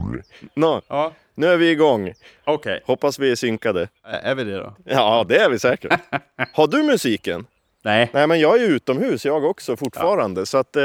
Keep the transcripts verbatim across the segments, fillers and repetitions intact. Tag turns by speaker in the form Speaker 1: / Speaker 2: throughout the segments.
Speaker 1: Nå,
Speaker 2: Ja.
Speaker 1: nu är vi igång.
Speaker 2: Okej. Okay.
Speaker 1: Hoppas vi är synkade.
Speaker 2: Är vi det då?
Speaker 1: Ja, det är vi säkert. Har du musiken?
Speaker 2: Nej.
Speaker 1: Nej, men jag är ju utomhus, jag också fortfarande. Ja. Så att... Eh...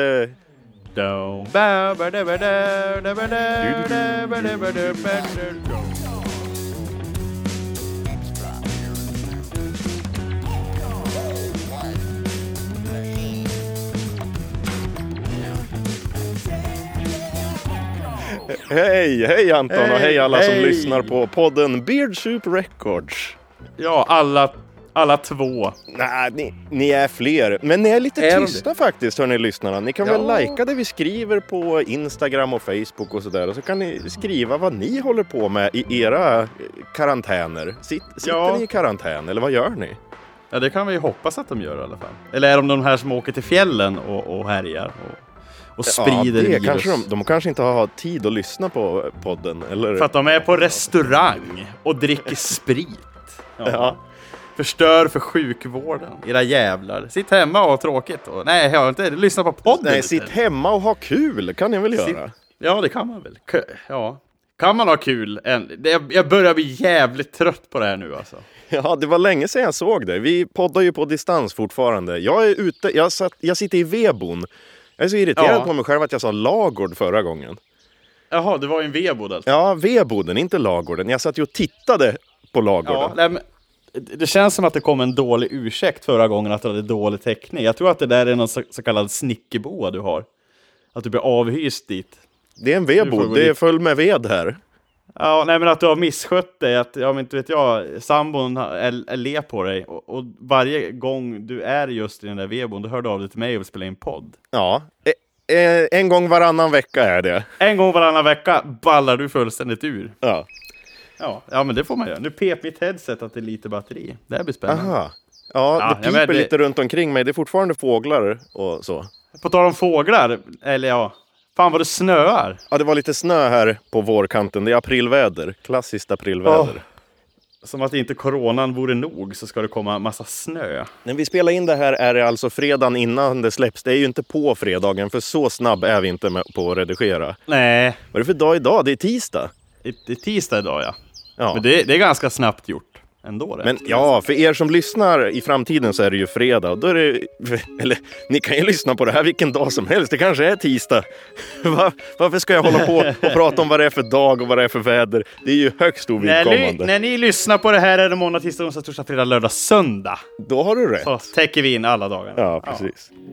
Speaker 1: Hej, hej Anton hej, och hej alla hej. Som lyssnar på podden Beard Soup Records.
Speaker 2: Ja, alla, alla två.
Speaker 1: Nej, ni, ni är fler. Men ni är lite är tysta det? Faktiskt, hör ni lyssnarna. Ni kan ja. väl likea det vi skriver på Instagram och Facebook och sådär. Och så kan ni skriva vad ni håller på med i era karantäner. Sitt, sitter ja. ni i karantän eller vad gör ni?
Speaker 2: Ja, det kan vi ju hoppas att de gör i alla fall. Eller är de de här som åker till fjällen och, och härjar och... Och sprider ja,
Speaker 1: det kanske de, de kanske inte har tid att lyssna på podden. Eller?
Speaker 2: För att de är på restaurang och dricker sprit. Ja.
Speaker 1: Ja.
Speaker 2: Förstör för sjukvården. Era jävlar. Sitt hemma och ha tråkigt. Och, nej, jag har inte lyssna på podden.
Speaker 1: Nej, sitt hemma och ha kul kan jag väl göra. Sitt,
Speaker 2: ja, det kan man väl. Ja. Kan man ha kul? Jag börjar bli jävligt trött på det här nu alltså.
Speaker 1: Ja, det var länge sedan jag såg det. Vi poddar ju på distans fortfarande. Jag är ute, jag, satt, jag sitter i vedbon. Jag är så irriterad ja. på mig själv att jag sa lagård förra gången.
Speaker 2: Jaha, det var ju en vedbod alltså.
Speaker 1: Ja, vedboden, inte lagården. Jag satt ju och tittade på lagården.
Speaker 2: Ja, nej, men det känns som att det kom en dålig ursäkt förra gången att det hade dålig täckning. Jag tror att det där är någon så, så kallad snickerboa du har. Att du blir avhyst dit.
Speaker 1: Det är en vedbod, det är full med ved här.
Speaker 2: Ja, nej men att du har misskött dig. Att, ja, men inte vet jag, sambon är, är le på dig. Och, och varje gång du är just i den där vedboden, du hörde av dig till mig och vill spela in podd.
Speaker 1: Ja, e- e- en gång varannan vecka är det.
Speaker 2: En gång varannan vecka ballar du fullständigt ur.
Speaker 1: Ja.
Speaker 2: Ja, ja men det får man göra. Nu pep mitt headset att det är lite batteri. Det här blir spännande.
Speaker 1: Aha. Ja, ja, det piper det... lite runt omkring mig. Det är fortfarande fåglar och så.
Speaker 2: På tal om fåglar, eller ja... Fan vad det snöar.
Speaker 1: Ja, det var lite snö här på vårkanten. Det är aprilväder. Klassiskt aprilväder. Oh.
Speaker 2: Som att inte coronan vore nog så ska det komma massa snö.
Speaker 1: När vi spelar in det här är det alltså fredagen innan det släpps. Det är ju inte på fredagen, för så snabb är vi inte med på att redigera.
Speaker 2: Nej.
Speaker 1: Vad är det för dag idag? Det är tisdag.
Speaker 2: Det är tisdag idag, ja.
Speaker 1: Ja.
Speaker 2: Men det, det är ganska snabbt gjort. Ändå,
Speaker 1: men ja, för er som lyssnar i framtiden så är det ju fredag. Och då är det, eller ni kan ju lyssna på det här vilken dag som helst. Det kanske är tisdag. Var, varför ska jag hålla på och prata om vad det är för dag och vad det är för väder? Det är ju högst ovidkommande.
Speaker 2: När, när ni lyssnar på det här är det måndag, tisdag, onsdag, torsdag, fredag, lördag, söndag.
Speaker 1: Då har du rätt.
Speaker 2: Så täcker vi in alla dagar.
Speaker 1: Ja, precis. Ja.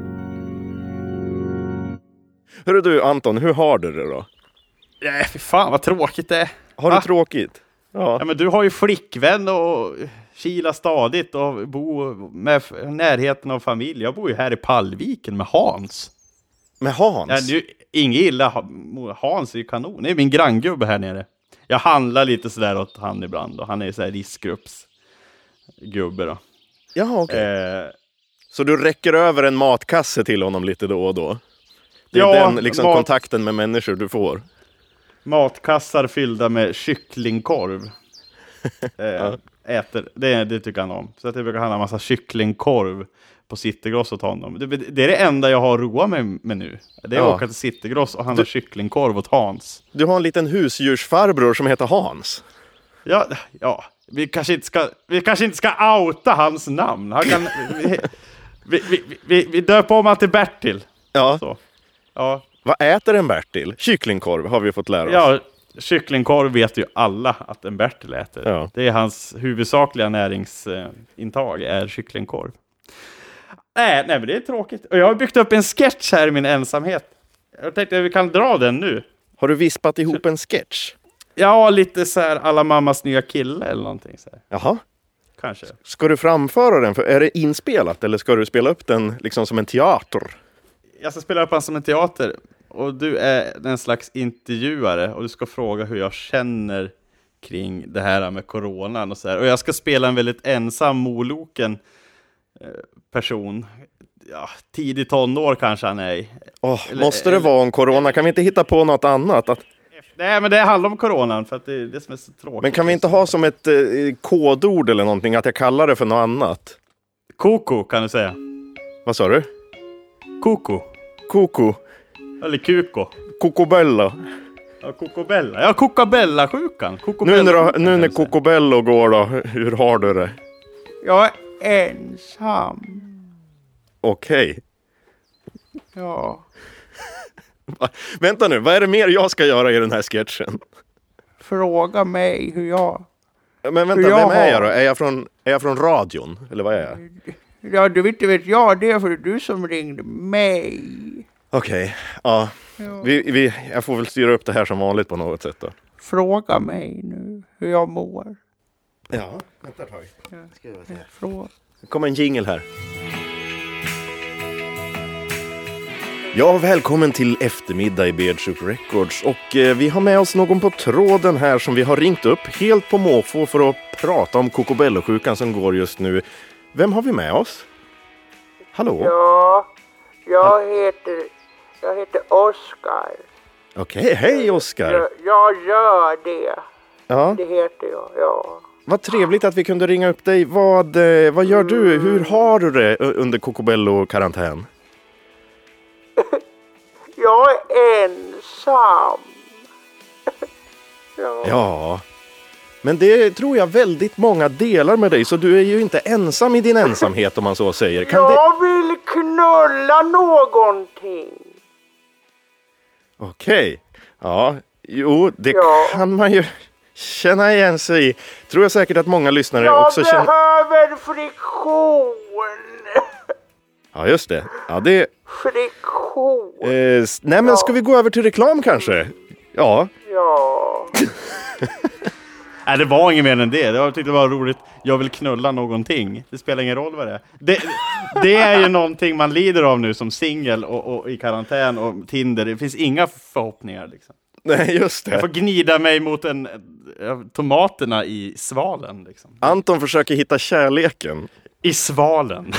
Speaker 1: Hörru du Anton, hur har du det då?
Speaker 2: Nej, för fan vad tråkigt det är.
Speaker 1: Har du ah. tråkigt?
Speaker 2: Ja. Ja, men du har ju flickvän och kila stadigt och bo med närheten av familj. Jag bor ju här i Pallviken med Hans.
Speaker 1: Med Hans?
Speaker 2: Ja, det är ju inget illa. Hans är ju kanon. Det är min granngubbe här nere. Jag handlar lite sådär åt han ibland. Och han är så här riskgruppsgubbe då.
Speaker 1: Jaha, okej. Okay. Eh, så du räcker över en matkasse till honom lite då och då? Det är ja, den liksom mat... kontakten med människor du får.
Speaker 2: Matkassar fyllda med kycklingkorv. äh, äter, det, det tycker han om. Så att jag brukar handla en massa kycklingkorv på Citygross åt honom. Det, det är det enda jag har roat mig med nu. Det är ja. att åka till Citygross och handla du, kycklingkorv åt Hans.
Speaker 1: Du har en liten husdjursfarbror som heter Hans.
Speaker 2: Ja, ja. Vi kanske inte ska, vi kanske inte ska outa hans namn. Han kan, vi, vi, vi, vi, vi döper om han till Bertil.
Speaker 1: Ja.
Speaker 2: Så. Ja.
Speaker 1: Vad äter en Bertil? Kycklingkorv har vi fått lära oss.
Speaker 2: Ja, kycklingkorv vet ju alla att en Bertil äter. Ja. Det är hans huvudsakliga näringsintag är kycklingkorv. Nej, nej, men det är tråkigt. Och jag har byggt upp en sketch här i min ensamhet. Jag tänkte att vi kan dra den nu.
Speaker 1: Har du vispat ihop en sketch?
Speaker 2: Ja, lite så här alla mammas nya kille eller någonting så här.
Speaker 1: Jaha.
Speaker 2: Kanske.
Speaker 1: Ska du framföra den? För är det inspelat eller ska du spela upp den liksom som en teater?
Speaker 2: Jag ska spela upp den som en teater. Och du är en slags intervjuare. Och du ska fråga hur jag känner kring det här med coronan och så här. Och jag ska spela en väldigt ensam moloken person. Ja, tidigt tonår kanske han är.
Speaker 1: Oh, eller, måste det eller, vara om corona? Kan vi inte hitta på något annat? Att...
Speaker 2: Nej, men det handlar om coronan för att det är det som är så tråkigt.
Speaker 1: Men kan vi inte ha som ett eh, kodord eller någonting att jag kallar det för något annat?
Speaker 2: Koko kan du säga.
Speaker 1: Vad sa du?
Speaker 2: Koko.
Speaker 1: Koko.
Speaker 2: Eller kuko.
Speaker 1: Kokobella.
Speaker 2: Ja, Kokobella. Ja, Kokobella-sjukan.
Speaker 1: Nu när, nu när Kokobello går då, hur har du det?
Speaker 2: Jag är ensam.
Speaker 1: Okej. Okay.
Speaker 2: Ja.
Speaker 1: Vänta nu, vad är det mer jag ska göra i den här sketchen?
Speaker 2: Fråga mig hur jag...
Speaker 1: Men vänta, vem är jag då? Är jag från, är jag från radion? Eller vad är jag?
Speaker 2: Ja, du vet, vet jag. Det är för du som ringde mig.
Speaker 1: Okej, okay. Ja. ja. Vi, vi, jag får väl styra upp det här som vanligt på något sätt då.
Speaker 2: Fråga mig nu hur jag mår.
Speaker 1: Ja, vänta ett tag.
Speaker 2: Ja. Ska jag ja, fråga.
Speaker 1: Det kommer en jingle här. Ja, välkommen till eftermiddag i Beardshoot Records. Och eh, vi har med oss någon på tråden här som vi har ringt upp helt på måfå för att prata om Kokobello-sjukan som går just nu. Vem har vi med oss? Hallå?
Speaker 3: Ja, jag heter, jag heter Oskar.
Speaker 1: Okej, okay, hej Oskar.
Speaker 3: Jag, jag gör det.
Speaker 1: Ja.
Speaker 3: Det heter jag, ja.
Speaker 1: Vad trevligt att vi kunde ringa upp dig. Vad, eh, vad gör du? Hur har du det under Kokobello-karantän?
Speaker 3: Jag är ensam.
Speaker 1: ja. ja, men det tror jag väldigt många delar med dig. Så du är ju inte ensam i din ensamhet om man så säger. Kan
Speaker 3: jag
Speaker 1: det...
Speaker 3: vill knulla någonting.
Speaker 1: Okej, okay. Ja, jo, det
Speaker 3: ja.
Speaker 1: kan man ju känna igen sig i. Tror jag säkert att många lyssnare
Speaker 3: jag
Speaker 1: också känner.
Speaker 3: Jag behöver friktion.
Speaker 1: Ja, just det. Ja, det...
Speaker 3: Friktion.
Speaker 1: Eh, nej, men ja. Ska vi gå över till reklam kanske? Ja.
Speaker 3: Ja.
Speaker 2: Nej, det var inget mer än det. Jag tyckte det var roligt. Jag vill knulla någonting. Det spelar ingen roll vad det är. Det, det är ju någonting man lider av nu som singel och, och i karantän och Tinder. Det finns inga förhoppningar liksom.
Speaker 1: Nej, just det.
Speaker 2: Jag får gnida mig mot en, tomaterna i svalen liksom.
Speaker 1: Anton försöker hitta kärleken.
Speaker 2: I svalen.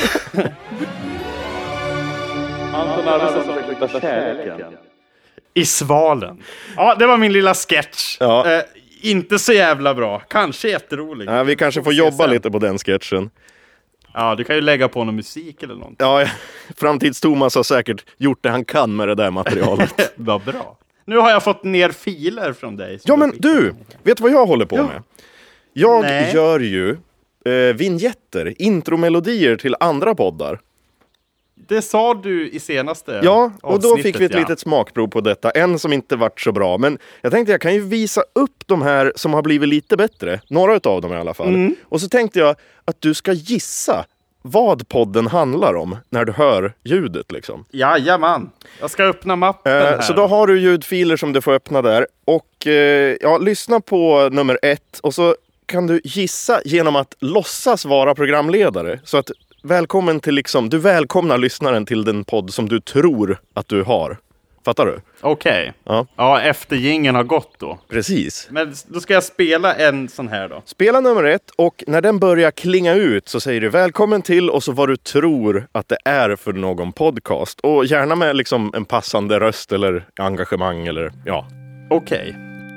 Speaker 2: Anton Arvidsson försöker hitta kärleken. I svalen. Ja, det var min lilla sketch.
Speaker 1: Ja.
Speaker 2: Eh, inte så jävla bra. Kanske jätterolig.
Speaker 1: Ja, vi kanske får jobba lite på den sketchen.
Speaker 2: Ja, du kan ju lägga på någon musik eller någonting.
Speaker 1: Ja, Framtids-Thomas har säkert gjort det han kan med det där materialet.
Speaker 2: Vad bra. Nu har jag fått ner filer från dig.
Speaker 1: Ja, men du, vet vad jag håller på ja. med? Jag
Speaker 2: Nej.
Speaker 1: gör ju eh, vignetter, intromelodier till andra poddar.
Speaker 2: Det sa du i senaste
Speaker 1: Ja, och då fick vi ett
Speaker 2: ja.
Speaker 1: litet smakprov på detta. En som inte vart så bra. Men jag tänkte jag kan ju visa upp de här som har blivit lite bättre. Några utav dem i alla fall. Mm. Och så tänkte jag att du ska gissa vad podden handlar om när du hör ljudet liksom.
Speaker 2: Jajamän, jag ska öppna mappen
Speaker 1: eh,
Speaker 2: här.
Speaker 1: Så då har du ljudfiler som du får öppna där. Och eh, ja, lyssna på nummer ett. Och så kan du gissa genom att låtsas vara programledare. Så att välkommen till liksom, du välkomnar lyssnaren till den podd som du tror att du har. Fattar du?
Speaker 2: Okej. Okay.
Speaker 1: Ja.
Speaker 2: ja, efter jingeln har gått då.
Speaker 1: Precis.
Speaker 2: Men då ska jag spela en sån här då.
Speaker 1: Spela nummer ett och när den börjar klinga ut så säger du välkommen till och så vad du tror att det är för någon podcast. Och gärna med liksom en passande röst eller engagemang eller ja.
Speaker 2: Okej. Okay.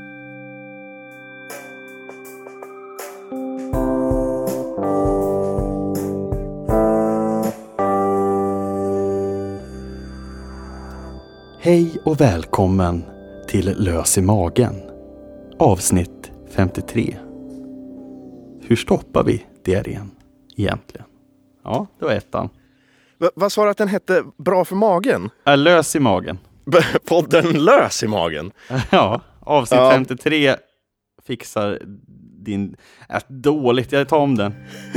Speaker 2: Hej och välkommen till Lös i magen. Avsnitt femtiotre. Hur stoppar vi diarrén egentligen? Ja, det var ettan.
Speaker 1: V- vad sa du att den hette? Bra för magen?
Speaker 2: Äh, lös i magen.
Speaker 1: B- podden Lös i magen?
Speaker 2: Ja, avsnitt
Speaker 1: ja.
Speaker 2: femtiotre fixar din... Äh, dåligt, jag tar om den.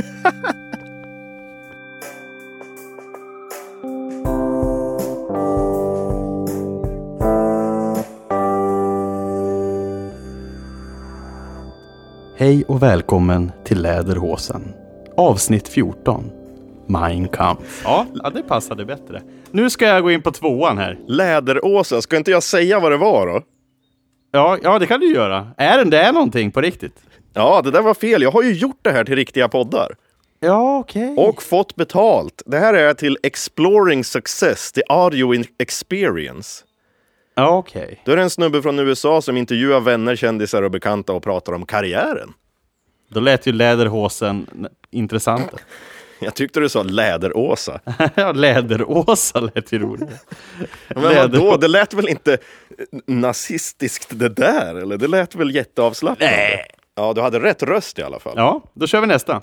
Speaker 2: Hej och välkommen till Läderhosen. Avsnitt fjorton. Mein Kampf. Ja, ja, det passade bättre. Nu ska jag gå in på tvåan här.
Speaker 1: Läderåsen, ska inte jag säga vad det var då?
Speaker 2: Ja, ja det kan du göra. Är den det någonting på riktigt?
Speaker 1: Ja, det där var fel. Jag har ju gjort det här till riktiga poddar.
Speaker 2: Ja, okej. Okay.
Speaker 1: Och fått betalt. Det här är till Exploring Success, the audio experience.
Speaker 2: Ja, okej. Okay.
Speaker 1: Då är det en snubbe från U S A som intervjuar vänner, kändisar och bekanta och pratar om karriären.
Speaker 2: Då lät ju Läderhosen intressant.
Speaker 1: Jag tyckte du sa Läderåsa.
Speaker 2: Ja, Läderåsa lät ju roligt.
Speaker 1: Men vadå? Det lät väl inte nazistiskt det där? Eller det lät väl jätteavslappnande?
Speaker 2: Nej.
Speaker 1: Ja, du hade rätt röst i alla fall.
Speaker 2: Ja, då kör vi nästa.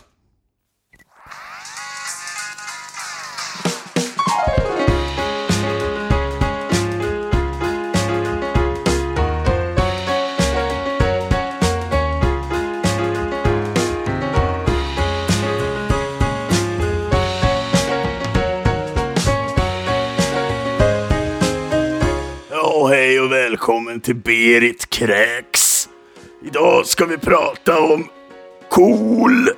Speaker 4: Hej och välkommen till Berit Kräks. Idag ska vi prata om cool.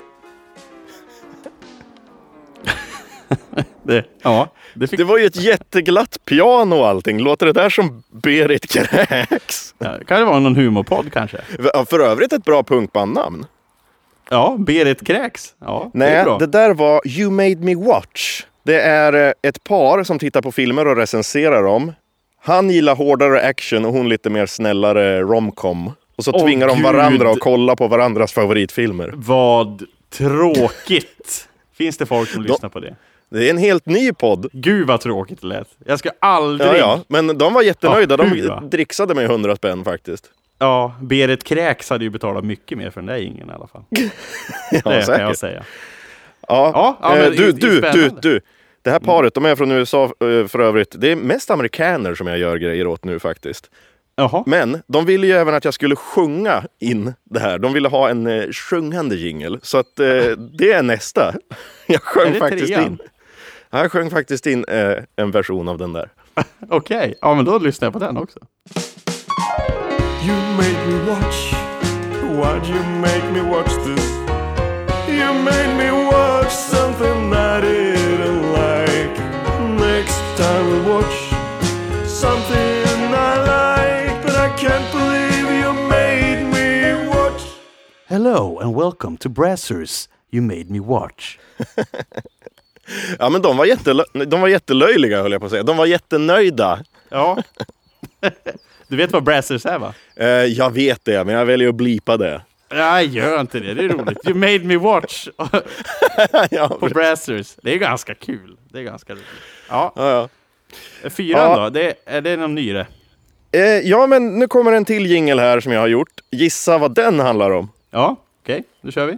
Speaker 2: det, ja, det, fick...
Speaker 1: det var ju ett jätteglatt piano och allting. Låter det där som Berit Kräks?
Speaker 2: Ja, kan det vara någon humorpodd kanske?
Speaker 1: För övrigt ett bra punkbandnamn.
Speaker 2: Ja, Berit Kräks. Ja,
Speaker 1: Nej,
Speaker 2: det, är bra.
Speaker 1: Det där var You Made Me Watch. Det är ett par som tittar på filmer och recenserar dem. Han gillar hårdare action och hon lite mer snällare romcom. Och så
Speaker 2: Åh,
Speaker 1: tvingar de
Speaker 2: Gud.
Speaker 1: varandra att kolla på varandras favoritfilmer.
Speaker 2: Vad tråkigt. Finns det folk som
Speaker 1: De-
Speaker 2: lyssnar på det?
Speaker 1: Det är en helt ny podd.
Speaker 2: Gud vad tråkigt det lät. Jag ska aldrig...
Speaker 1: Ja, ja. Men de var jättenöjda.
Speaker 2: Ja,
Speaker 1: De
Speaker 2: hur, va?
Speaker 1: dricksade mig hundra spänn faktiskt.
Speaker 2: Ja, Berit Kräks hade ju betalat mycket mer för den där ingen i alla fall.
Speaker 1: Ja,
Speaker 2: det kan
Speaker 1: säkert.
Speaker 2: jag säga.
Speaker 1: Ja,
Speaker 2: Ja, ja,
Speaker 1: eh,
Speaker 2: men
Speaker 1: du,
Speaker 2: det är
Speaker 1: du, du,
Speaker 2: spännande.
Speaker 1: du. Det här paret, de är från U S A eh, för övrigt. Det är mest amerikaner som jag gör grejer åt nu faktiskt.
Speaker 2: Jaha.
Speaker 1: Men de ville ju även att jag skulle sjunga in det här. De ville ha en eh, sjungande jingle. Så att eh, det är nästa. Jag sjöng
Speaker 2: Är det
Speaker 1: faktiskt
Speaker 2: trean?
Speaker 1: in. Jag sjöng faktiskt in eh, en version av den där.
Speaker 2: Okej, okay. Ja men då lyssnar jag på den också.
Speaker 4: You made me watch. Why'd you make me watch this? You made me watch something I didn't like. Next time we'll watch something I like. But I can't believe you made me watch.
Speaker 2: Hello and welcome to Brassers. You made me watch.
Speaker 1: Ja, men de var, jättelö- de var jättelöjliga, höll jag på att säga. De var jättenöjda.
Speaker 2: Ja. Du vet vad Brassers är, va?
Speaker 1: Eh, jag vet det, men jag väljer att blipa det.
Speaker 2: Nej, gör inte det. Det är roligt. You made me watch
Speaker 1: Ja,
Speaker 2: på Brassers. Det är ganska kul. Det är ganska roligt. Ja.
Speaker 1: ja, ja.
Speaker 2: Fyran
Speaker 1: Ja.
Speaker 2: då? Det, är det någon ny det?
Speaker 1: Eh, ja, men nu kommer en till jingle här som jag har gjort. Gissa vad den handlar om.
Speaker 2: Ja, okej. Okay. Då kör vi.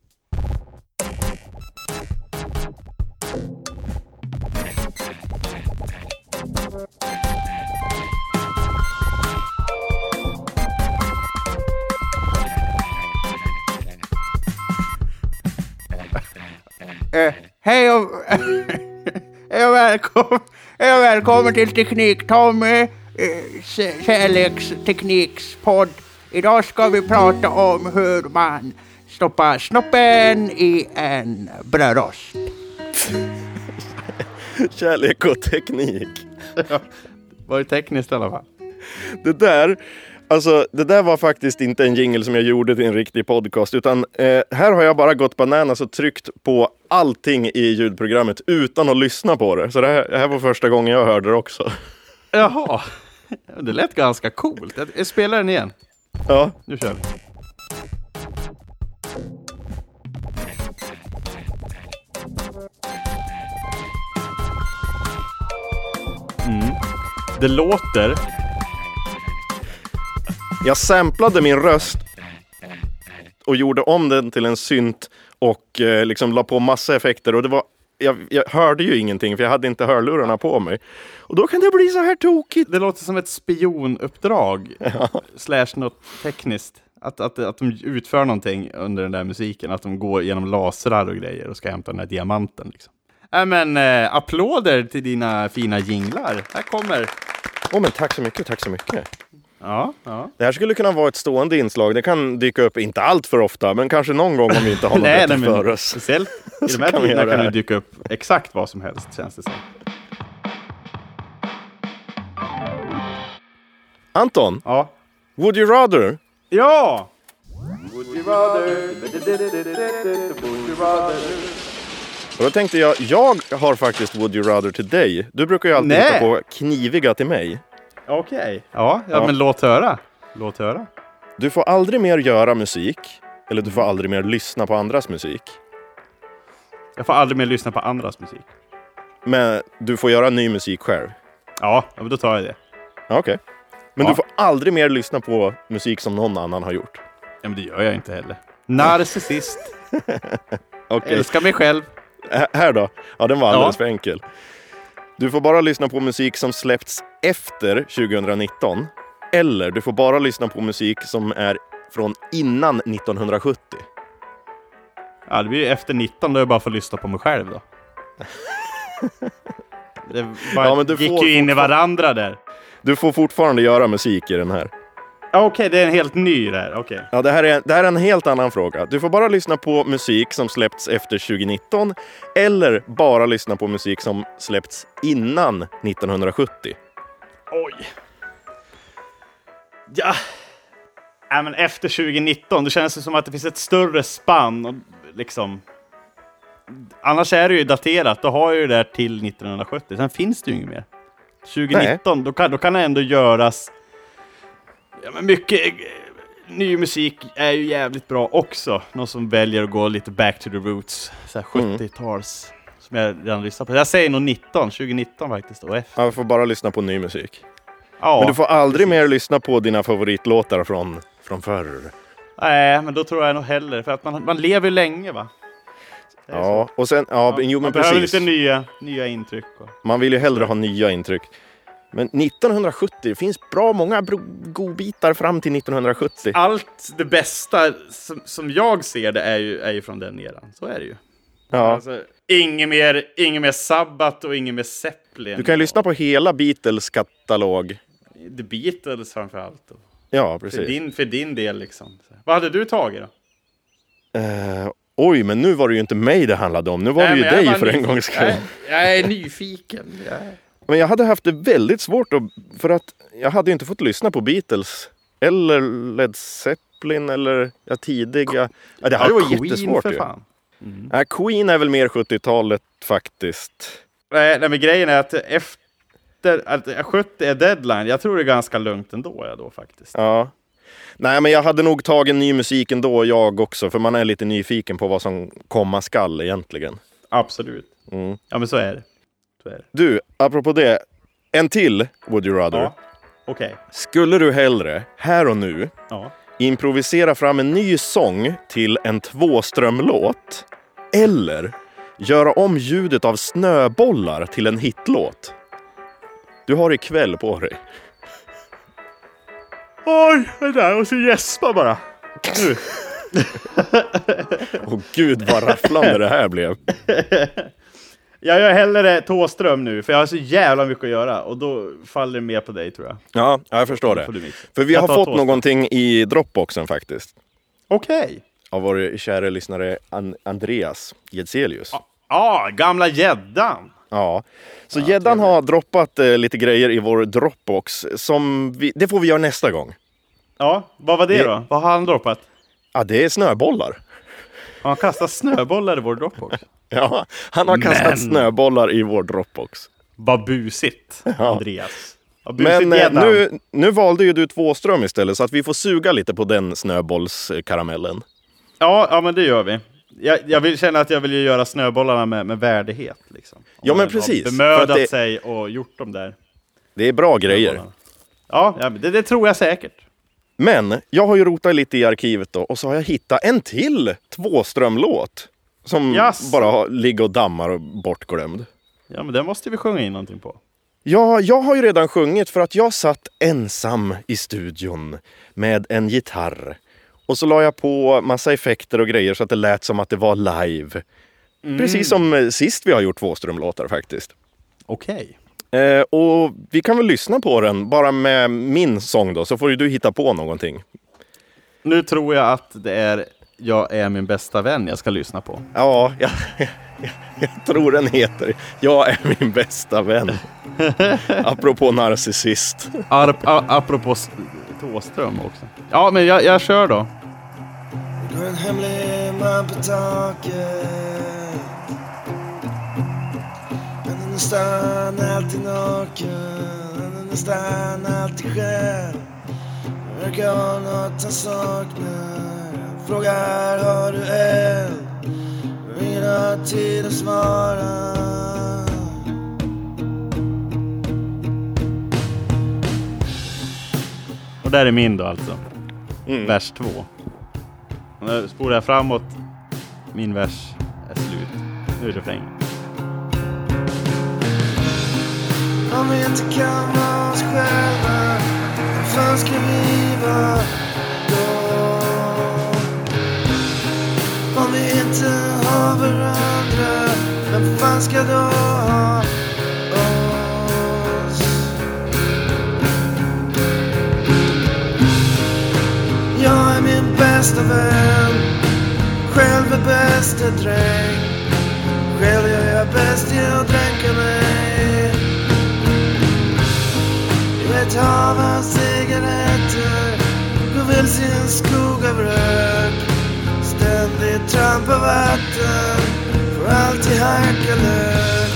Speaker 3: Eh, hej och, hej och välkommen, hej och välkommen till Teknik-Tommy, eh, kärleksteknikspodd. Idag ska vi prata om hur man stoppar snoppen i en brödrost.
Speaker 1: Kärlek och teknik.
Speaker 2: Var det tekniskt i alla fall?
Speaker 1: Det där, alltså, det där var faktiskt inte en jingle som jag gjorde till en riktig podcast, utan eh, här har jag bara gått bananas och tryckt på allting i ljudprogrammet utan att lyssna på det. Så det här, det här var första gången jag hörde det också.
Speaker 2: Jaha. Det lät ganska coolt. Jag, jag spelar den igen.
Speaker 1: Ja.
Speaker 2: Nu kör vi. Mm. Det låter...
Speaker 1: Jag samplade min röst och gjorde om den till en synt och eh, liksom la på massa effekter, och det var jag, jag hörde ju ingenting för jag hade inte hörlurarna på mig. Och då kan det bli så här tokigt.
Speaker 2: Det låter som ett spionuppdrag. Ja. Slash något tekniskt. Att, att, att de utför någonting under den där musiken. Att de går genom lasrar och grejer och ska hämta den här diamanten. Liksom. Äh, men äh, applåder till dina fina jinglar. Här kommer...
Speaker 1: Åh, oh, men tack så mycket, tack så mycket.
Speaker 2: Ja, ja.
Speaker 1: Det här skulle kunna vara ett stående inslag. Det kan dyka upp, inte allt för ofta, men kanske någon gång om vi inte har något
Speaker 2: nej,
Speaker 1: bättre
Speaker 2: nej,
Speaker 1: för oss.
Speaker 2: Speciellt i de här
Speaker 1: kan vi
Speaker 2: tiderna
Speaker 1: göra
Speaker 2: kan
Speaker 1: det
Speaker 2: det
Speaker 1: här.
Speaker 2: dyka upp exakt vad som helst, känns det som.
Speaker 1: Anton,
Speaker 2: Ja.
Speaker 1: would you rather?
Speaker 2: Ja!
Speaker 4: Would you rather? Would you rather?
Speaker 1: Och då tänkte jag, jag har faktiskt would you rather till dig. Du brukar ju alltid
Speaker 2: Nej.
Speaker 1: hitta på kniviga till mig.
Speaker 2: Okej. Okay. Ja, ja,
Speaker 1: Ja.
Speaker 2: men låt höra. Låt höra.
Speaker 1: Du får aldrig mer göra musik, eller du får aldrig mer lyssna på andras musik.
Speaker 2: Jag får aldrig mer lyssna på andras musik.
Speaker 1: Men du får göra ny musik själv?
Speaker 2: Ja, men då tar jag det.
Speaker 1: Okej. Okay. Men
Speaker 2: ja.
Speaker 1: Du får aldrig mer lyssna på musik som någon annan har gjort?
Speaker 2: Ja, men det gör jag inte heller. Narcissist.
Speaker 1: Okay.
Speaker 2: Älskar mig själv.
Speaker 1: H- här då? Ja, den var alldeles
Speaker 2: ja.
Speaker 1: för enkel. Du får bara lyssna på musik som släppts efter tjugonitton. Eller du får bara lyssna på musik som är från innan nittonhundrasjuttio.
Speaker 2: Ja, det blir ju efter nitton då jag bara får lyssna på mig själv då. Det bara
Speaker 1: ja, men du
Speaker 2: gick
Speaker 1: får
Speaker 2: ju in i varandra där.
Speaker 1: Du får fortfarande göra musik i den här.
Speaker 2: Ja, okej, okay, det är en helt ny där. Okej. Okay.
Speaker 1: Ja, det här, är, det här är en helt annan fråga. Du får bara lyssna på musik som släppts efter tjugonitton. Eller bara lyssna på musik som släppts innan nittonhundrasjuttio.
Speaker 2: Oj. Ja. Ja, men efter tjugonitton, det känns som att det finns ett större spann och liksom. Annars är det ju daterat, då har jag ju det där till nittonhundrasjuttio. Sen finns det ju inget mer. tjugonitton, då kan, då kan det ändå göras. Ja, men mycket ny musik är ju jävligt bra också. Någon som väljer att gå lite back to the roots, så här sjuttio-tals som jag redan lyssnar på. Jag säger nog nitton, tjugonitton faktiskt då efter.
Speaker 1: Ja, du får bara lyssna på ny musik.
Speaker 2: Ja,
Speaker 1: men du får aldrig mer lyssna på dina favoritlåtar från, från förr.
Speaker 2: Nej, men då tror jag nog heller. För att man, man lever länge, va?
Speaker 1: Ja, och sen, ja, ja jo men
Speaker 2: man
Speaker 1: precis.
Speaker 2: behöver lite nya, nya intryck. Och.
Speaker 1: Man vill ju hellre ha nya intryck. Men nittonhundrasjuttio, det finns bra många bro- godbitar fram till nittonhundrasjuttio.
Speaker 2: Allt det bästa som, som jag ser det är ju, är ju från den eran. Så är det ju.
Speaker 1: Ja.
Speaker 2: Alltså, inget mer, inget mer Sabbath och inget mer Zeppelin.
Speaker 1: Du kan ju lyssna på hela Beatles katalog.
Speaker 2: The Beatles framförallt.
Speaker 1: Ja, precis.
Speaker 2: För din, för din del liksom. Vad hade du tagit då?
Speaker 1: Uh, oj, men nu var det ju inte mig det handlade om. Nu var Nej, det ju dig för en gångs skull.
Speaker 2: Jag, jag är nyfiken. Jag är...
Speaker 1: Men jag hade haft det väldigt svårt att, för att jag hade ju inte fått lyssna på Beatles eller Led Zeppelin eller ja, tidiga. Ja, det hade ja, varit Queen jättesvårt för fan. Mm. Ja, Queen är väl mer sjuttiotalet faktiskt.
Speaker 2: Nej, nej, men grejen är att efter att sjuttio är deadline, jag tror det är ganska lugnt ändå jag då faktiskt.
Speaker 1: Ja. Nej, men jag hade nog tagit ny musik ändå jag också, för man är lite nyfiken på vad som komma skall egentligen.
Speaker 2: Absolut.
Speaker 1: Mm.
Speaker 2: Ja, men så är det. Så är det.
Speaker 1: Du, apropå det, en till Would You Rather.
Speaker 2: Ja. Okej. Okay.
Speaker 1: Skulle du hellre, här och nu,
Speaker 2: ja.
Speaker 1: improvisera fram en ny sång till en tvåströmlåt eller göra om ljudet av snöbollar till en hitlåt? Du har ikväll på dig.
Speaker 2: Oj, det där och så gäspa bara. Nu.
Speaker 1: Åh gud, vad rafflande det här blev.
Speaker 2: Jag gör hellre Tåström nu, för jag har så jävla mycket att göra. Och då faller det mer på dig, tror jag.
Speaker 1: Ja, jag förstår det. För vi
Speaker 2: jag
Speaker 1: har fått
Speaker 2: Tåström.
Speaker 1: någonting i Dropboxen faktiskt.
Speaker 2: Okej. Okay.
Speaker 1: Av vår kära lyssnare An- Andreas Jedselius.
Speaker 2: Ja, ah, gamla gäddan.
Speaker 1: Ja, så gäddan ja, har droppat eh, lite grejer i vår Dropbox. Som vi, det får vi göra nästa gång.
Speaker 2: Ja, vad var det, det då? Vad har han droppat?
Speaker 1: Ja, det är snöbollar.
Speaker 2: Han kastar snöbollar i vår Dropbox.
Speaker 1: Ja, han har kastat Men... snöbollar i vår Dropbox.
Speaker 2: Vad busigt,
Speaker 1: ja.
Speaker 2: Andreas. Vad busigt.
Speaker 1: Men nu, nu valde ju du Tvåström istället, så att vi får suga lite på den snöbollskaramellen.
Speaker 2: Ja, ja men det gör vi. Jag, jag vill känna att jag vill göra snöbollarna med, med värdighet. Liksom.
Speaker 1: Ja, men precis.
Speaker 2: Bemödat det... sig och gjort dem där.
Speaker 1: Det är bra grejer.
Speaker 2: Ja, ja det, det tror jag säkert.
Speaker 1: Men jag har ju rotat lite i arkivet då, och så har jag hittat en till Tvåström-låt. Som yes. bara har, ligger och dammar och bortglömd.
Speaker 2: Ja, men den måste vi sjunga in någonting på.
Speaker 1: Ja, jag har ju redan sjungit för att jag satt ensam i studion med en gitarr. Och så la jag på massa effekter och grejer så att det lät som att det var live. Mm. Precis som sist vi har gjort Tvåström-låtar faktiskt.
Speaker 2: Okej.
Speaker 1: Okay. Eh, och vi kan väl lyssna på den bara med min sång då, så får ju du hitta på någonting.
Speaker 2: Nu tror jag att det är Jag är min bästa vän jag ska lyssna på.
Speaker 1: Ja, jag, jag, jag tror den heter Jag är min bästa vän. Apropå narcissist.
Speaker 2: Ap- apropå Tåström också. Ja, men jag, jag kör då.
Speaker 5: Det går en hemlig man på taket, men den är nästan alltid naken, den är nästan alltid själv. Det verkar ha något han saknar. Frågar har du eld, ingen har tid att svara.
Speaker 2: Och där är min då alltså.
Speaker 1: Mm.
Speaker 2: Vers två. Och när jag spolar jag framåt. Min vers är slut. Nu är det refrängen.
Speaker 5: Om vi inte kan vara oss själva, vad fan ska vi vara då? Om vi inte har varandra, vem fan ska då ha oss? Jag är min bästa vän, själv är bästa dräng. Själv gör jag bäst i att dränka mig ett hav av cigaretter, gå vilse i en skog av rök. Ständigt trampa vatten, får alltid hacka lök.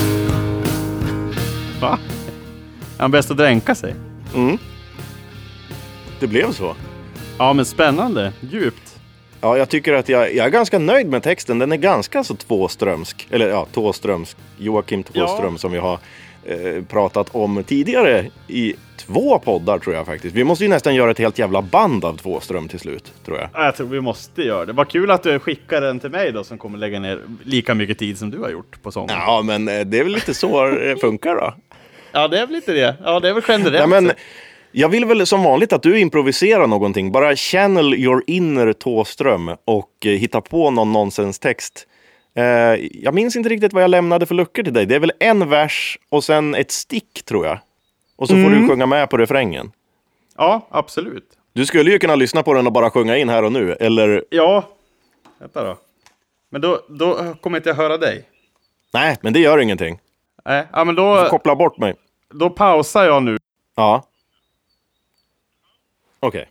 Speaker 2: Va? Är han bäst att dränka sig?
Speaker 1: Mm. Det blev så.
Speaker 2: Ja, men spännande. Djupt.
Speaker 1: Ja, jag tycker att jag, jag är ganska nöjd med texten. Den är ganska så tvåströmsk. Eller ja, tvåströms. Joakim Tvåström ja. Som vi har eh, pratat om tidigare i två poddar tror jag faktiskt. Vi måste ju nästan göra ett helt jävla band av Tvåström till slut, tror jag.
Speaker 2: Jag tror vi måste göra det. Vad kul att du skickar den till mig då, som kommer lägga ner lika mycket tid som du har gjort på sången.
Speaker 1: Ja, men det är väl lite så det funkar då.
Speaker 2: Ja, det är väl lite det. Ja, det är väl generellt.
Speaker 1: Ja, men jag vill väl som vanligt att du improviserar någonting. Bara channel your inner Tvåström och eh, hitta på någon nonsenstext. Eh, jag minns inte riktigt vad jag lämnade för luckor till dig. Det är väl en vers och sen ett stick, tror jag. Och så mm. får du sjunga med på refrängen.
Speaker 2: Ja, absolut.
Speaker 1: Du skulle ju kunna lyssna på den och bara sjunga in här och nu, eller?
Speaker 2: Ja, vänta då. Men då, då kommer inte jag höra dig.
Speaker 1: Nej, men det gör ingenting.
Speaker 2: Nej, ja, men då...
Speaker 1: Du får koppla bort mig.
Speaker 2: Då pausar jag nu.
Speaker 1: Ja. Okej.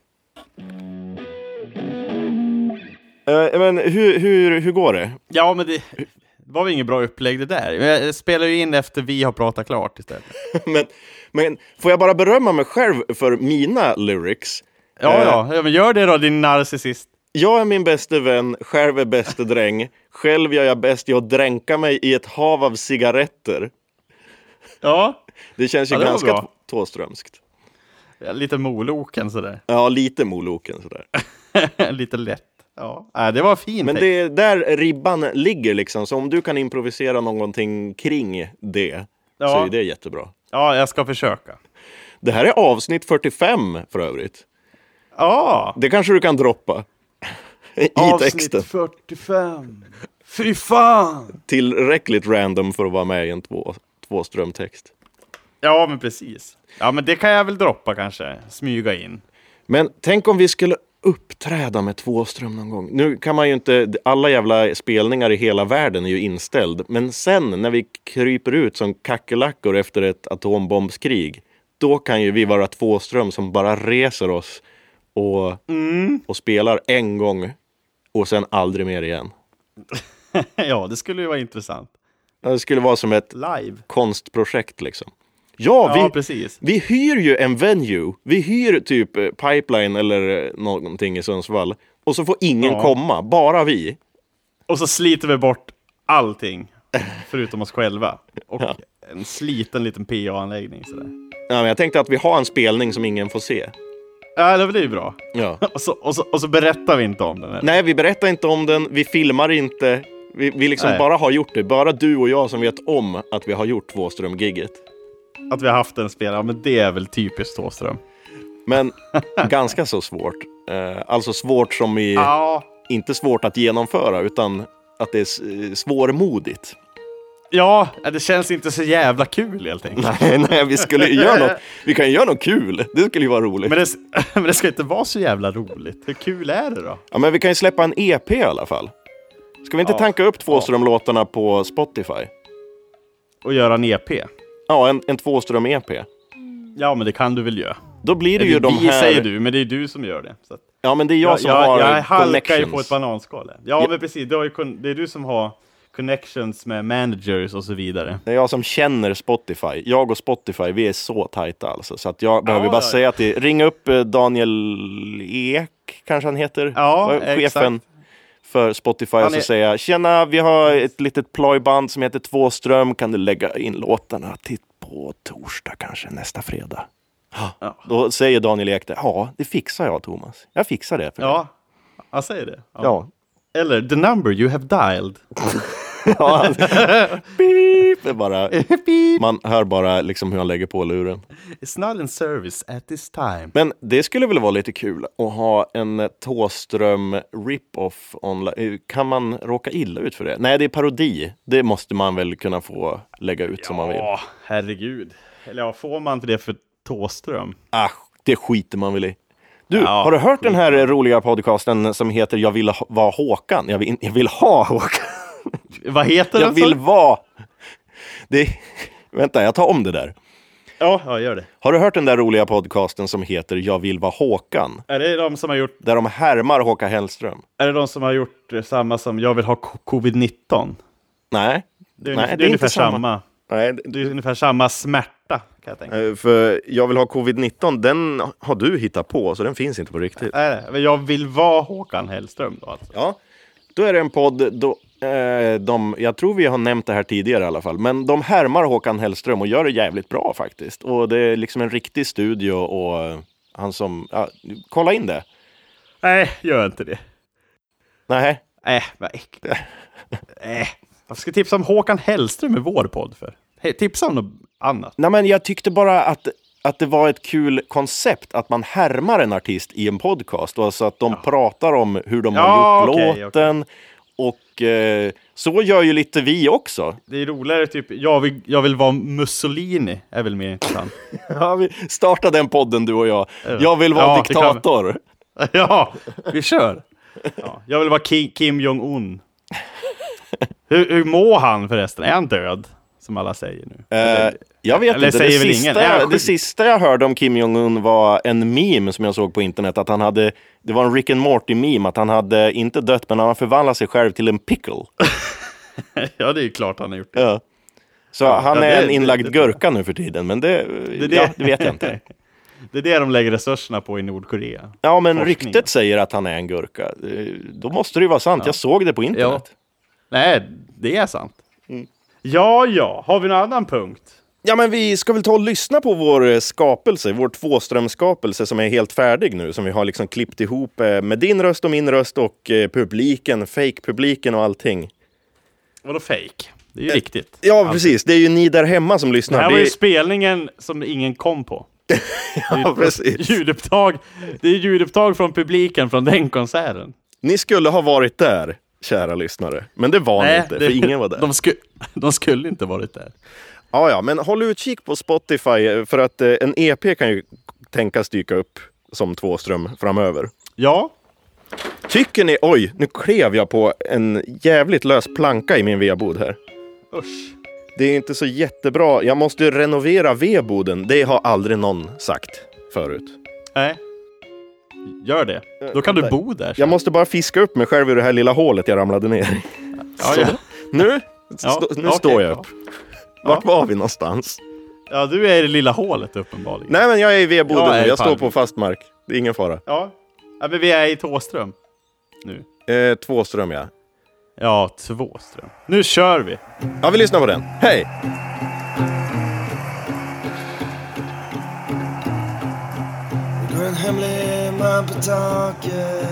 Speaker 1: Okay. Uh, men hur, hur, hur går det?
Speaker 2: Ja, men det, det var väl ingen bra upplägg det där. Jag spelar ju in efter vi har pratat klart istället.
Speaker 1: men, men får jag bara berömma mig själv för mina lyrics?
Speaker 2: Ja, uh, ja. ja men gör det då, din narcissist.
Speaker 1: Jag är min bästa vän, själv är bästa dräng. Själv gör jag bäst i att dränka mig i ett hav av cigaretter.
Speaker 2: Ja.
Speaker 1: Det känns ju
Speaker 2: ja, det
Speaker 1: ganska tvåströmskt.
Speaker 2: Ja, lite moloken sådär.
Speaker 1: Ja, lite moloken sådär.
Speaker 2: Lite lätt. Ja, det var fint.
Speaker 1: Men det är där ribban ligger liksom. Så om du kan improvisera någonting kring det, ja. Så är det jättebra.
Speaker 2: Ja, jag ska försöka.
Speaker 1: Det här är avsnitt fyrtiofem för övrigt.
Speaker 2: Ja.
Speaker 1: Det kanske du kan droppa i
Speaker 2: avsnitt
Speaker 1: texten.
Speaker 2: fyrtiofem. Fy fan!
Speaker 1: Tillräckligt random för att vara med i en två, tvåströmtext.
Speaker 2: Ja, men precis. Ja, men det kan jag väl droppa kanske. Smyga in.
Speaker 1: Men tänk om vi skulle uppträda med Tvåström någon gång. Nu kan man ju inte... Alla jävla spelningar i hela världen är ju inställd. Men sen när vi kryper ut som kackerlackor efter ett atombombskrig, då kan ju vi vara Tvåström som bara reser oss och, mm. och spelar en gång och sen aldrig mer igen.
Speaker 2: Ja, det skulle ju vara intressant.
Speaker 1: Det skulle vara som ett
Speaker 2: live
Speaker 1: konstprojekt liksom. Ja,
Speaker 2: ja
Speaker 1: vi,
Speaker 2: precis.
Speaker 1: Vi hyr ju en venue. Vi hyr typ Pipeline eller någonting i Sundsvall. Och så får ingen ja. komma, bara vi.
Speaker 2: Och så sliter vi bort allting, förutom oss själva. Och ja. en sliten liten P A-anläggning sådär.
Speaker 1: Ja, men jag tänkte att vi har en spelning som ingen får se.
Speaker 2: Ja, det blir ju bra.
Speaker 1: Ja.
Speaker 2: och, så, och, så, och så berättar vi inte om den. Eller?
Speaker 1: Nej, vi berättar inte om den. Vi filmar inte. Vi, vi liksom Nej. bara har gjort det. Bara du och jag som vet om att vi har gjort Tvåström-gigget.
Speaker 2: Att vi har haft en spelare, men det är väl typiskt Tvåström.
Speaker 1: Men ganska så svårt. Eh, alltså svårt som i...
Speaker 2: Ja.
Speaker 1: Inte svårt att genomföra, utan att det är svårmodigt.
Speaker 2: Ja, det känns inte så jävla kul helt enkelt.
Speaker 1: Nej, nej, vi skulle göra något. Vi kan göra något kul. Det skulle ju vara roligt.
Speaker 2: Men det, men det ska inte vara så jävla roligt. Hur kul är det då?
Speaker 1: Ja, men vi kan ju släppa en E P i alla fall. Ska vi inte ja. tanka upp Tvåström-låtarna på Spotify?
Speaker 2: Och göra en E P?
Speaker 1: Ja, en, en Tvåström-E P.
Speaker 2: Ja, men det kan du väl göra.
Speaker 1: Då blir det, det
Speaker 2: ju
Speaker 1: de
Speaker 2: vi,
Speaker 1: här...
Speaker 2: säger du, men det är du som gör det. Så att...
Speaker 1: Ja, men det är jag, jag som
Speaker 2: jag,
Speaker 1: har
Speaker 2: jag, jag halkar ju
Speaker 1: connections.
Speaker 2: på ett bananskal. Ja, ja, men precis. Det är, ju, det är du som har connections med managers och så vidare.
Speaker 1: Det är jag som känner Spotify. Jag och Spotify, vi är så tajta alltså. Så att jag ja, behöver bara ja. säga till... Ring upp Daniel Ek, kanske han heter.
Speaker 2: Ja,
Speaker 1: chefen
Speaker 2: exakt.
Speaker 1: för Spotify och
Speaker 2: är...
Speaker 1: så säga tjena, vi har ett litet plojband som heter Tvåström, kan du lägga in låtarna till på torsdag kanske, nästa fredag? Ja. Då säger Daniel Ek, ja, det fixar jag, Thomas. Jag fixar det för
Speaker 2: Ja, jag säger det. Ja.
Speaker 1: ja.
Speaker 2: Eller, the number you have dialed.
Speaker 1: Ja, alltså, beep, bara, man hör bara liksom hur han lägger på luren.
Speaker 2: It's not in service at this time.
Speaker 1: Men det skulle väl vara lite kul att ha en Thåström rip-off online. Kan man råka illa ut för det? Nej, det är parodi. Det måste man väl kunna få lägga ut ja, som man vill.
Speaker 2: Ja, herregud. Eller ja, får man det för Thåström?
Speaker 1: Ah, det skiter man väl i. Du,
Speaker 2: ja,
Speaker 1: har du hört den här roliga podcasten som heter Jag vill ha, vara Håkan? Jag vill, jag vill ha Håkan.
Speaker 2: Vad heter den?
Speaker 1: Jag vill vara... Det... Vänta, jag tar om det där.
Speaker 2: Ja, ja, gör det.
Speaker 1: Har du hört den där roliga podcasten som heter Jag vill vara Håkan?
Speaker 2: Är det de som har gjort...
Speaker 1: Där de härmar Håkan Hellström.
Speaker 2: Är det de som har gjort samma som Jag vill ha covid nitton?
Speaker 1: Nej.
Speaker 2: Det är,
Speaker 1: Nej,
Speaker 2: det är,
Speaker 1: det är
Speaker 2: ungefär
Speaker 1: inte samma.
Speaker 2: samma.
Speaker 1: Nej, det...
Speaker 2: det är ungefär samma smärta, kan jag tänka.
Speaker 1: För Jag vill ha covid nitton, den har du hittat på, så den finns inte på riktigt.
Speaker 2: Nej, men Jag vill vara Håkan Hellström då alltså.
Speaker 1: Ja, då är det en podd då... De, jag tror vi har nämnt det här tidigare i alla fall. Men de härmar Håkan Hellström och gör det jävligt bra faktiskt. Och det är liksom en riktig studio och han som... Ja, kolla in det.
Speaker 2: Nej, gör inte det.
Speaker 1: Nej.
Speaker 2: Nej, vad äckligt. Nej. Jag ska tipsa om Håkan Hellström i vår podd för. Hey, tipsa om något annat.
Speaker 1: Nej, men jag tyckte bara att, att det var ett kul koncept att man härmar en artist i en podcast. Och alltså att de ja. pratar om hur de
Speaker 2: ja,
Speaker 1: har gjort
Speaker 2: okay,
Speaker 1: låten. Okay. Och eh, så gör ju lite vi också.
Speaker 2: Det är roligare typ, jag vill, jag vill vara Mussolini, är väl mer intressant.
Speaker 1: Ja, vi startar den podden du och jag. Jag vill vara ja, diktator.
Speaker 2: Ja, vi kör. Ja, jag vill vara Ki- Kim Jong-un. Hur, hur mår han förresten? Är han död? Som alla säger nu.
Speaker 1: Uh, jag vet
Speaker 2: Eller
Speaker 1: inte.
Speaker 2: Säger
Speaker 1: det,
Speaker 2: väl
Speaker 1: sista,
Speaker 2: ingen?
Speaker 1: det sista jag hörde om Kim Jong-un var en meme som jag såg på internet. Att han hade, det var en Rick and Morty meme. Att han hade inte dött, men han har förvandlat sig själv till en pickle.
Speaker 2: Ja, det är ju klart han har gjort det.
Speaker 1: Ja. Så
Speaker 2: ja,
Speaker 1: han
Speaker 2: ja,
Speaker 1: är
Speaker 2: det,
Speaker 1: en inlagd
Speaker 2: det, det,
Speaker 1: gurka nu för tiden. Men det,
Speaker 2: det, det,
Speaker 1: ja, det vet jag inte.
Speaker 2: Det är det de lägger resurserna på i Nordkorea.
Speaker 1: Ja, men
Speaker 2: Forskning.
Speaker 1: Ryktet säger att han är en gurka. Då måste det ju vara sant. Ja. Jag såg det på internet.
Speaker 2: Ja. Nej, det är sant.
Speaker 1: Mm.
Speaker 2: Ja, ja. Har vi någon annan punkt?
Speaker 1: Ja, men vi ska väl ta och lyssna på vår skapelse, vår tvåströmskapelse som är helt färdig nu. Som vi har liksom klippt ihop med din röst och min röst och publiken, fake-publiken och allting.
Speaker 2: Vadå fake? Det är ju riktigt.
Speaker 1: Ja,
Speaker 2: alltså.
Speaker 1: Precis. Det är ju ni där hemma som lyssnar.
Speaker 2: Det här var
Speaker 1: ju
Speaker 2: det... spelningen som ingen kom på.
Speaker 1: Ja, precis.
Speaker 2: Ljudupptag. Det är ljudupptag från publiken från den konserten.
Speaker 1: Ni skulle ha varit där, kära lyssnare. Men det var
Speaker 2: Nej,
Speaker 1: ni inte,
Speaker 2: det...
Speaker 1: för ingen var där.
Speaker 2: De, sku... de skulle inte varit där.
Speaker 1: Ja, ja, men håll utkik på Spotify för att eh, en E P kan ju tänkas dyka upp som Tvåström framöver.
Speaker 2: Ja.
Speaker 1: Tycker ni, oj, nu klev jag på en jävligt lös planka i min vedbod här.
Speaker 2: Usch.
Speaker 1: Det är inte så jättebra. Jag måste ju renovera vedboden. Det har aldrig någon sagt förut.
Speaker 2: Nej. Gör det. Då kan du bo där. Så.
Speaker 1: Jag måste bara fiska upp mig själv i det här lilla hålet jag ramlade ner i.
Speaker 2: Ja, ja.
Speaker 1: Nu,
Speaker 2: ja,
Speaker 1: stå, nu
Speaker 2: okay,
Speaker 1: står jag upp.
Speaker 2: Ja.
Speaker 1: Vart var vi någonstans?
Speaker 2: Ja, du är i det lilla hålet uppenbarligen.
Speaker 1: Nej, men jag är i vedboden
Speaker 2: jag
Speaker 1: nu.
Speaker 2: Jag
Speaker 1: jag står på fast mark. Det är ingen fara.
Speaker 2: Ja, ja men vi är i Tvåström nu.
Speaker 1: Eh, Tvåström, ja.
Speaker 2: Ja, Tvåström. Nu kör vi.
Speaker 1: Ja, vi lyssnar på den. Hej!
Speaker 5: Det går en hemlig man på taket.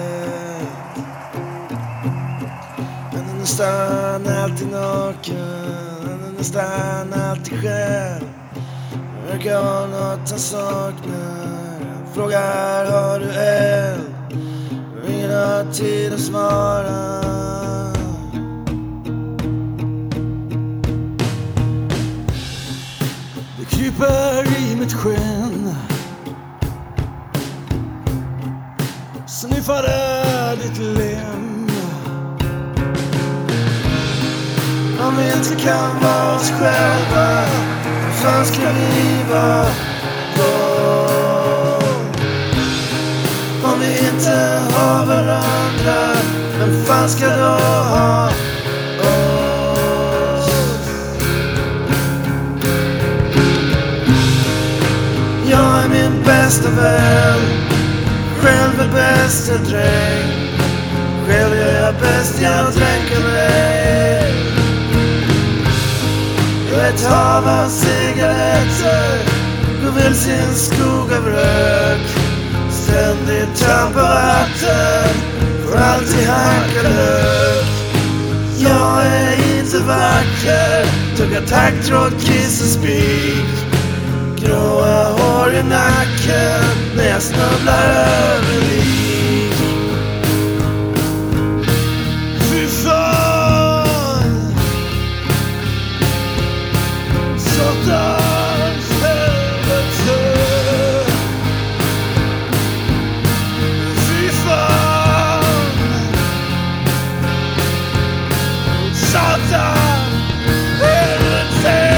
Speaker 5: Men den är nästan alltid naken. Den är nästan alltid själv. Det verkar ha något han saknar. Han frågar, har du eld? Ingen har tid att svara. Det kryper i mitt skinn. Sniffade ditt lem. Om vi inte kan vara oss själva, vad fan ska vi vara då? Om vi inte har varandra, vem fan ska då ha oss? Jag är min bästa vän, själv är bästa dräng. Själv gör jag bäst genom att dränka mig. Jag är ett hav av cigaretter, går vilse i en skog av rök. Ständigt trampar vatten, får alltid hanka lök. Jag är inte vacker, tuggar taggtråd, kiss och spik. Gråa hår i nacken när jag snubblar över lik. Fy fan, satans helvete. Fy fan, satan helvete.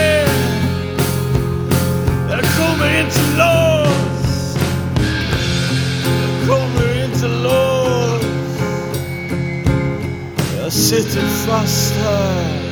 Speaker 5: Jag kommer inte loss. Jag kommer inte loss. Jag sitter fast här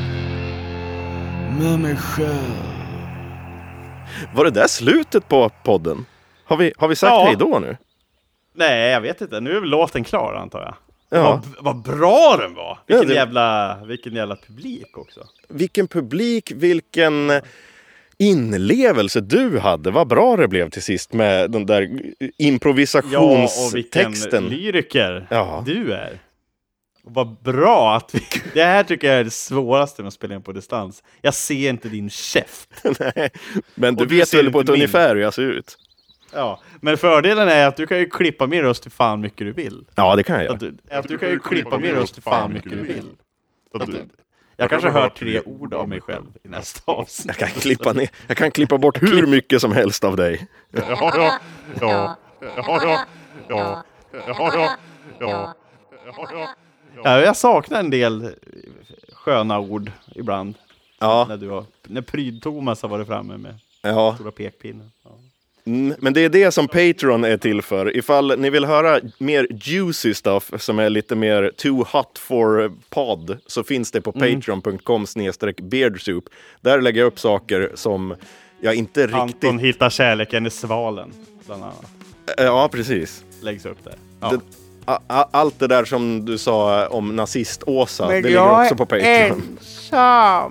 Speaker 5: med mig själv.
Speaker 1: Var det där slutet på podden? Har vi, har vi sagt
Speaker 2: Ja.
Speaker 1: hej då nu?
Speaker 2: Nej, jag vet inte. Nu är väl låten klar, antar jag.
Speaker 1: Ja.
Speaker 2: Vad, vad bra den var. Vilken,
Speaker 1: Ja, det-
Speaker 2: jävla, vilken jävla publik också.
Speaker 1: Vilken publik, vilken inlevelse du hade. Vad bra det blev till sist med den där
Speaker 2: Ja, och vilken
Speaker 1: improvisationstexten.
Speaker 2: lyriker
Speaker 1: Ja.
Speaker 2: du är. Och vad bra att vi... Det här tycker jag är det svåraste med att spela in på distans. Jag ser inte din käft.
Speaker 1: Nej, men du
Speaker 2: Och du
Speaker 1: vet
Speaker 2: ser
Speaker 1: väl på
Speaker 2: inte
Speaker 1: ett
Speaker 2: min.
Speaker 1: ungefär hur jag ser ut.
Speaker 2: Ja, men fördelen är att du kan ju klippa min röst till fan mycket du vill.
Speaker 1: Ja, det kan jag.
Speaker 2: Att du, att du kan ju klippa min röst till fan mycket du vill. Att du, jag kanske hör tre ord av mig själv i nästa avsnitt.
Speaker 1: Jag kan klippa ner. Jag kan klippa bort hur mycket som helst av dig.
Speaker 4: Ja, ja, ja, ja, ja, ja, ja, ja, ja, ja, ja.
Speaker 2: Ja, jag saknar en del sköna ord ibland.
Speaker 1: Ja,
Speaker 2: När, du har, när Pryd-Thomas har varit framme med
Speaker 1: ja.
Speaker 2: stora pekpinnen. Ja.
Speaker 1: Mm, men det är det som Patreon är till för. Ifall ni vill höra mer juicy stuff som är lite mer too hot for pod, så finns det på
Speaker 2: Mm.
Speaker 1: patreon punkt com snedstreck beardsoup. Där lägger jag upp saker som jag inte riktigt...
Speaker 2: Anton hittar kärleken i svalen, bland annat.
Speaker 1: Ja, precis.
Speaker 2: Läggs upp där. Ja.
Speaker 1: Det, a, a, allt det där som du sa om nazist-Åsa,
Speaker 3: Men
Speaker 1: det ligger
Speaker 3: jag
Speaker 1: också på
Speaker 3: är
Speaker 1: Patreon.
Speaker 3: ensam.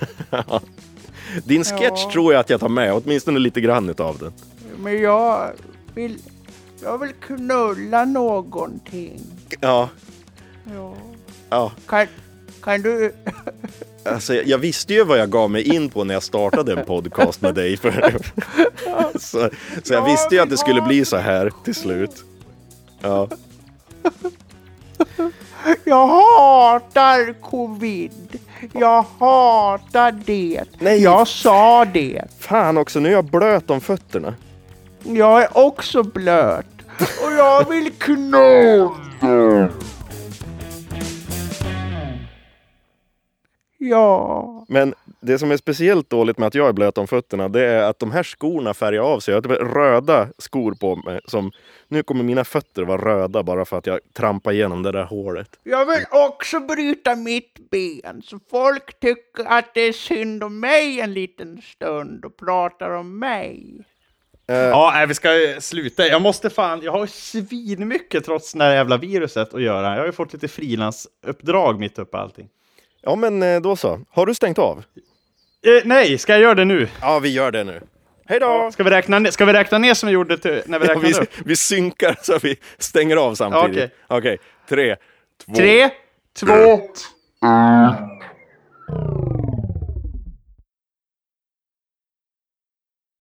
Speaker 1: Din sketch
Speaker 3: Ja.
Speaker 1: tror jag att jag tar med, åtminstone lite grann utav den.
Speaker 3: Men jag vill, jag vill knulla någonting.
Speaker 1: Ja,
Speaker 3: Ja.
Speaker 1: ja.
Speaker 3: Kan, kan du...
Speaker 1: Alltså, jag visste ju vad jag gav mig in på när jag startade en podcast med dig. För, så, så jag visste ju att det skulle bli så här till slut. Ja.
Speaker 3: Jag hatar covid. Jag hatar det.
Speaker 1: Nej.
Speaker 3: Jag sa det.
Speaker 1: Fan också, nu är jag blöt om fötterna.
Speaker 3: Jag är också blöt. Och jag vill knulla. Ja.
Speaker 1: Men det som är speciellt dåligt med att jag är blöt om fötterna, det är att de här skorna färgar av sig. Jag har typ röda skor på mig. Som, nu kommer mina fötter vara röda bara för att jag trampar igenom det där håret.
Speaker 3: Jag vill också bryta mitt ben. Så folk tycker att det är synd om mig en liten stund och pratar om mig.
Speaker 2: Ja, nej, vi ska ju sluta. Jag måste fan, jag har svinmycket trots det här jävla viruset att göra. Jag har ju fått lite frilansuppdrag mitt uppe allting.
Speaker 1: Ja, men eh, då så. Har du stängt av?
Speaker 2: Eh, nej, ska jag göra det nu?
Speaker 1: Ja, vi gör det nu. Hej då!
Speaker 2: Ska vi räkna ner, ska vi räkna ner som vi gjorde till, när vi
Speaker 1: Ja,
Speaker 2: räknade
Speaker 1: vi,
Speaker 2: upp?
Speaker 1: vi synkar så vi stänger av samtidigt. Okej, okay. Tre, två...
Speaker 2: Tre, två...